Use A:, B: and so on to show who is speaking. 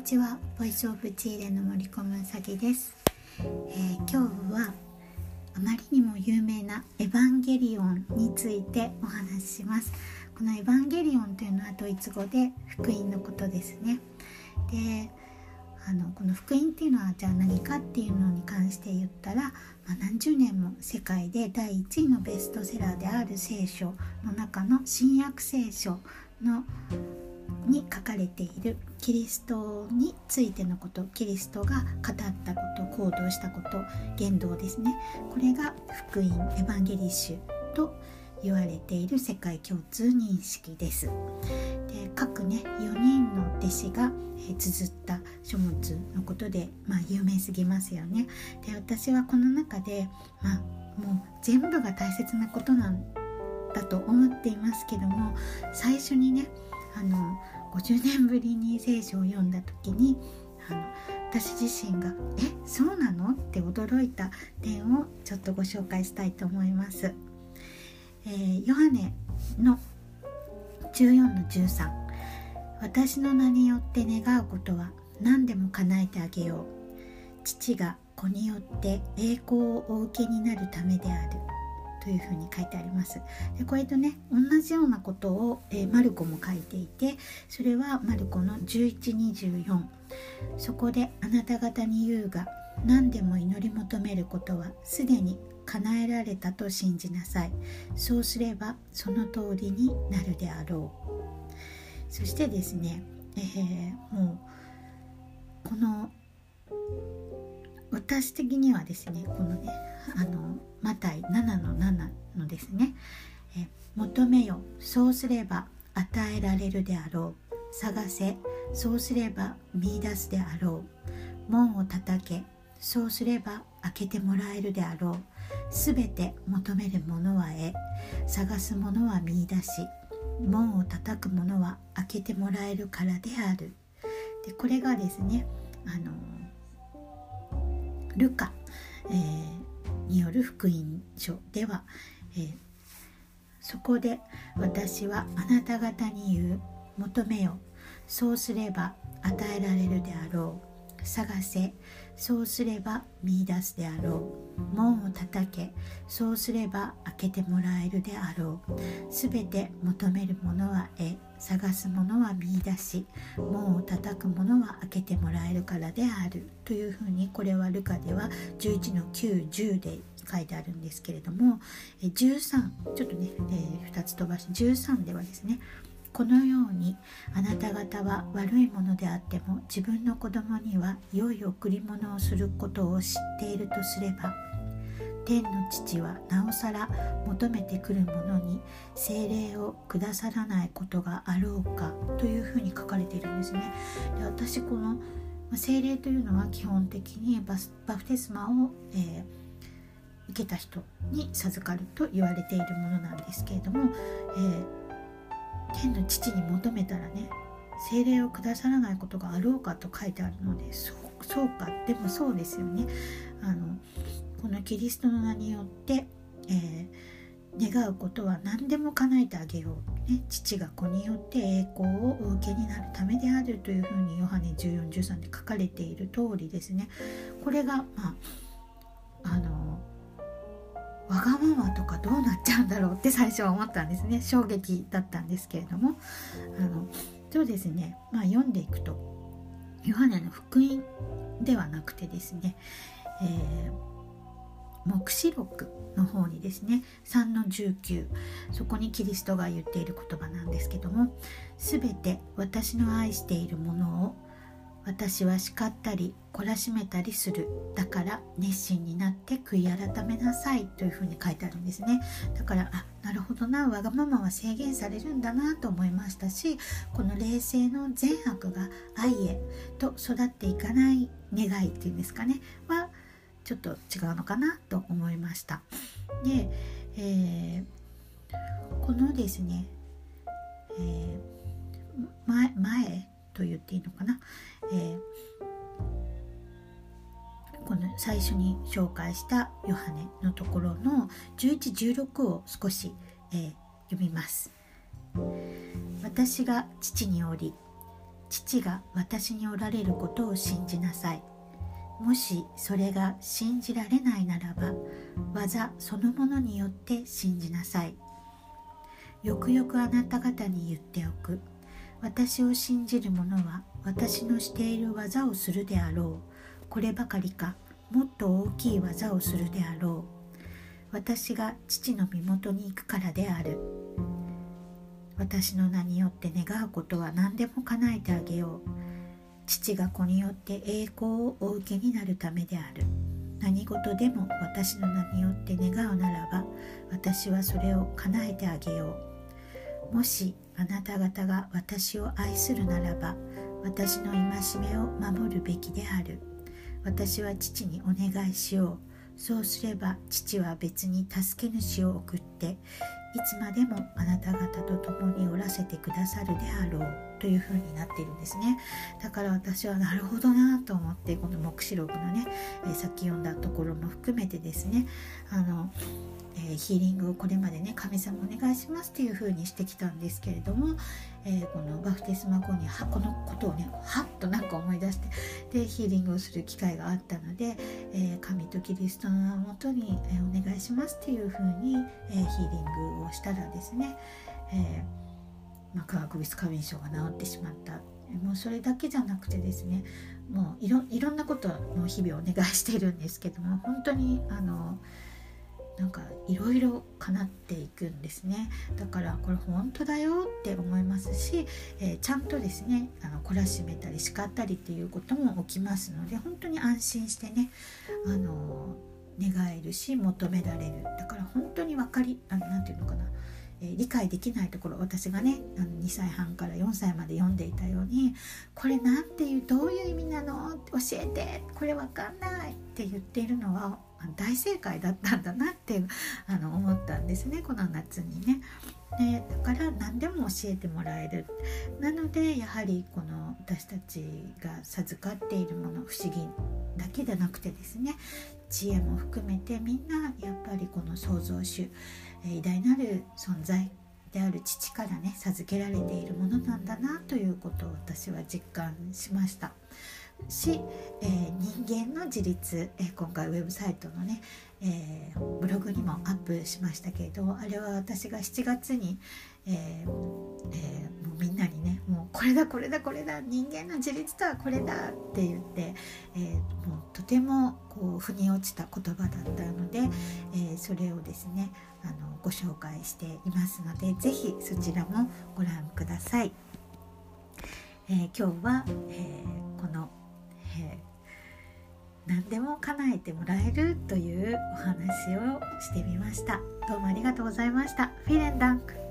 A: ちは。ボイスオブチーレの森込むうさぎです。今日はあまりにも有名なエヴァンゲリオンについてお話しします。このエヴァンゲリオンというのはドイツ語で福音のことですね。で、この福音っていうのはじゃあ何かっていうのに関して言ったら、何十年も世界で第1位のベストセラーである聖書の中の新約聖書に書かれているキリストについてのこと、キリストが語ったこと、行動したこと、言動ですね。これが福音、エヴァンゲリッシュと言われている世界共通認識です。で、各ね4人の弟子が綴った書物のことで、有名すぎますよね。で、私はこの中で、もう全部が大切なことなんだと思っていますけども、最初にね50年ぶりに聖書を読んだ時に私自身がそうなのって驚いた点をちょっとご紹介したいと思います。ヨハネの 14-13、 私の名によって願うことは何でも叶えてあげよう。父が子によって栄光をお受けになるためであるというふうに書いてあります。で、これとね同じようなことを、マルコも書いていて、それはマルコの 11-24、 そこであなた方に言うが、何でも祈り求めることはすでに叶えられたと信じなさい。そうすればその通りになるであろう。そしてですね、もうこの私的にはですね、このねマタイ 7-7 のですね、求めよ、そうすれば与えられるであろう。探せ、そうすれば見出すであろう。門を叩け、そうすれば開けてもらえるであろう。すべて求める者は得、探す者は見出し、門を叩く者は開けてもらえるからである。で、これがですねルカ、による福音書では、そこで私はあなた方に言う、求めよ、そうすれば与えられるであろう。探せ、そうすれば見出すであろう。門を叩け、そうすれば開けてもらえるであろう。すべて求める者は得、探す者は見出し、門を叩く者は開けてもらえるからであるというふうに、これはルカでは 11-9-10 で書いてあるんですけれども、13、ちょっとね、2つ飛ばし13ではですね、このようにあなた方は悪いものであっても自分の子供には良い贈り物をすることを知っているとすれば、天の父はなおさら求めてくる者に聖霊をくださらないことがあろうかというふうに書かれているんですね。で、私この聖霊というのは基本的にバプテスマを、受けた人に授かると言われているものなんですけれども、天の父に求めたらね、聖霊をくださらないことがあろうかと書いてあるので、そうか、でもそうですよね。このキリストの名によって、願うことは何でも叶えてあげよう、ね、父が子によって栄光をお受けになるためであるというふうにヨハネ 14-13 で書かれている通りですね。これがわがままとかどうなっちゃうんだろうって最初は思ったんですね。衝撃だったんですけれども、そうですね、読んでいくとヨハネの福音ではなくてですね、黙示録の方にですね 3-19、 そこにキリストが言っている言葉なんですけども、すべて私の愛しているものを私は叱ったり懲らしめたりする。だから熱心になって悔い改めなさいというふうに書いてあるんですね。だからなるほどな、わがままは制限されるんだなと思いましたし、この霊性の善悪が愛へと育っていかない願いっていうんですかねはちょっと違うのかなと思いました。で、このですね、前と言っていいのかな、この最初に紹介したヨハネのところの 11-16 を少し、読みます。私が父におり父が私におられることを信じなさい。もしそれが信じられないならば、技そのものによって信じなさい。よくよくあなた方に言っておく。私を信じる者は私のしている技をするであろう。こればかりか、もっと大きい技をするであろう。私が父の身元に行くからである。私の名によって願うことは何でも叶えてあげよう。父が子によって栄光をお受けになるためである。何事でも私の名によって願うならば、私はそれを叶えてあげよう。もしあなた方が私を愛するならば、私の戒めを守るべきである。私は父にお願いしよう。そうすれば父は別に助け主を送っていつまでもあなた方と共におらせてくださるであろうというふうになっているんですね。だから私はなるほどなと思って、この黙示録のね、さっき読んだところも含めてですね、ヒーリングをこれまでね、神様お願いしますっていう風にしてきたんですけれども、このバプテスマ後にこのことをね、はっとなんか思い出して、でヒーリングをする機会があったので、神とキリストの名のもとに、お願いしますっていう風に、ヒーリングをしたらですね、化学物質過敏症が治ってしまった。もうそれだけじゃなくてですね、もういろんなことの日々をお願いしているんですけども、本当になんかいろいろ叶っていくんですね。だからこれ本当だよって思いますし、ちゃんとですね懲らしめたり叱ったりっていうことも起きますので、本当に安心してね願えるし求められる。だから本当になんていうのかな、理解できないところ、私がね2歳半から4歳まで読んでいたように、これなんていうどういう意味なの教えて、これわかんないって言っているのは大正解だったんだなって思ったんですね、この夏にね。だから何でも教えてもらえる。なのでやはりこの私たちが授かっているもの、不思議だけでなくてですね、知恵も含めてみんなやっぱりこの創造主、偉大なる存在である父からね授けられているものなんだなということを私は実感しましたし、人間の自立、今回ウェブサイトのね、ブログにもアップしましたけれど、あれは私が7月に、もうみんなにね、もうこれだ人間の自立とはこれだって言って、もうとてもこう腑に落ちた言葉だったので、それをですねご紹介していますので、ぜひそちらもご覧ください。今日は、この何でも叶えてもらえるというお話をしてみました。どうもありがとうございました。フィレンダンク。